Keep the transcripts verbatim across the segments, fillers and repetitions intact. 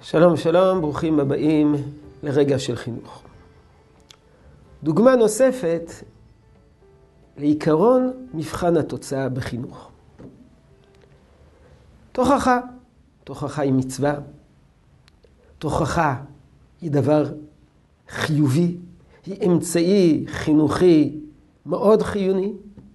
שלום שלום, ברוכים הבאים לרגע של חינוך. דוגמה נוספת לעיקרון מבחן התוצאה בחינוך. תוכחה, תוכחה היא מצווה, תוכחה היא דבר חיובי, היא אמצעי חינוכי מאוד חיוני,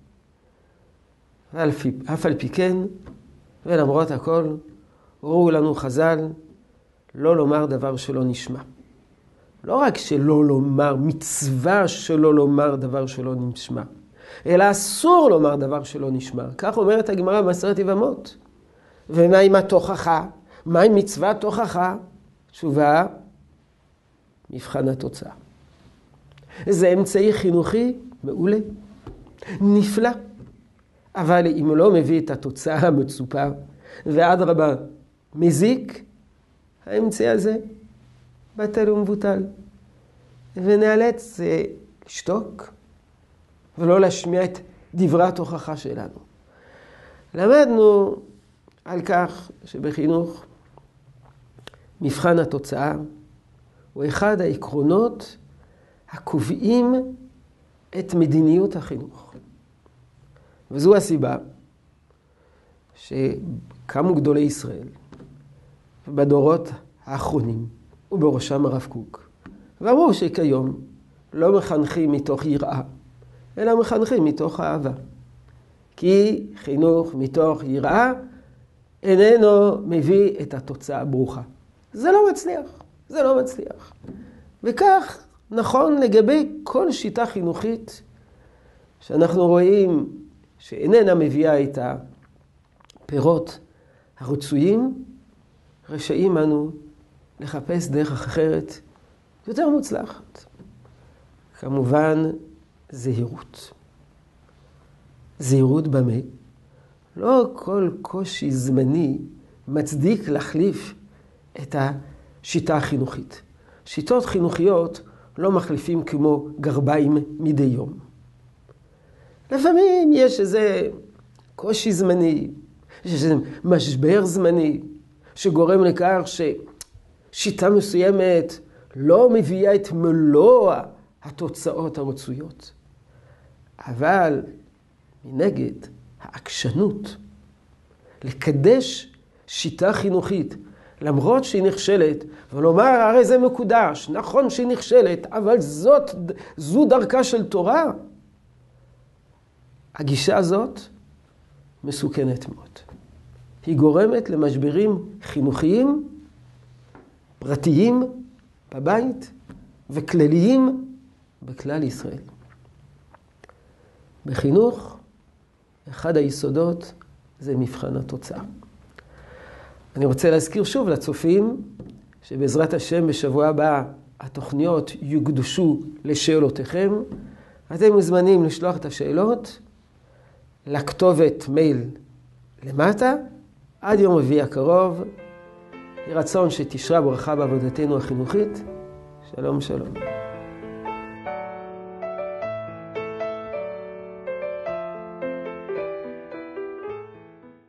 ואף על פי כן, ולמרות הכל, הורו לנו חז"ל, לא לומר דבר שלא נשמע. לא רק שלא לומר, מצווה שלא לומר דבר שלא נשמע, אלא אסור לומר דבר שלא נשמע. כך אומרת הגמרא במסכת יבמות. ומה עם התוכחה? מה עם מצוות תוכחה? תשובה, מבחן התוצאה. זה אמצעי חינוכי מעולה, נפלא. אבל אם הוא לא מביא את התוצאה המצופה, ואדרבה מזיק, האמצעי הזה בטל ומבוטל. ונאלץ לשתוק ולא להשמיע את דברי התוכחה שלנו. למדנו על כך שבחינוך מבחן התוצאה הוא אחד העקרונות הקובעים את מדיניות החינוך. וזו הסיבה שקמו גדולי ישראל בדורות האחרונים, ובראשם הרב קוק, ואמרו שכיום לא מחנכים מתוך יראה, אלא מחנכים מתוך אהבה. כי חינוך מתוך יראה איננו מביא את התוצאה הברוכה. זה לא מצליח, זה לא מצליח. וכך נכון לגבי כל שיטה חינוכית שאנחנו רואים שאיננה מביאה את הפירות הרצויים, רשאים אנו לחפש דרך אחרת יותר מוצלחת. כמובן, זהירות. זהירות במה? לא כל קושי זמני מצדיק להחליף את השיטה החינוכית. שיטות חינוכיות לא מחליפים כמו גרביים מדי יום. לפעמים יש איזה קושי זמני, יש איזה משבר זמני, שגורם לכך ששיטה מסוימת לא מביאה את מלוא התוצאות הרצויות. אבל מנגד, העקשנות לקדש שיטה חינוכית, למרות שהיא נכשלת, ולומר הרי זה מקודש, נכון שהיא נכשלת, אבל זאת, זו דרכה של תורה. הגישה הזאת מסוכנת מאוד. היא גורמת למשברים חינוכיים, פרטיים בבית וכלליים בכלל ישראל. בחינוך, אחד היסודות זה מבחן התוצאה. אני רוצה להזכיר שוב לצופים שבעזרת השם בשבוע הבא התוכניות יוקדשו לשאלותיכם. אתם מוזמנים לשלוח את השאלות לכתובת מייל למטה, עד יום רביעי הקרוב. יהי רצון שתשרה ברכה בעבודתנו החינוכית. שלום שלום.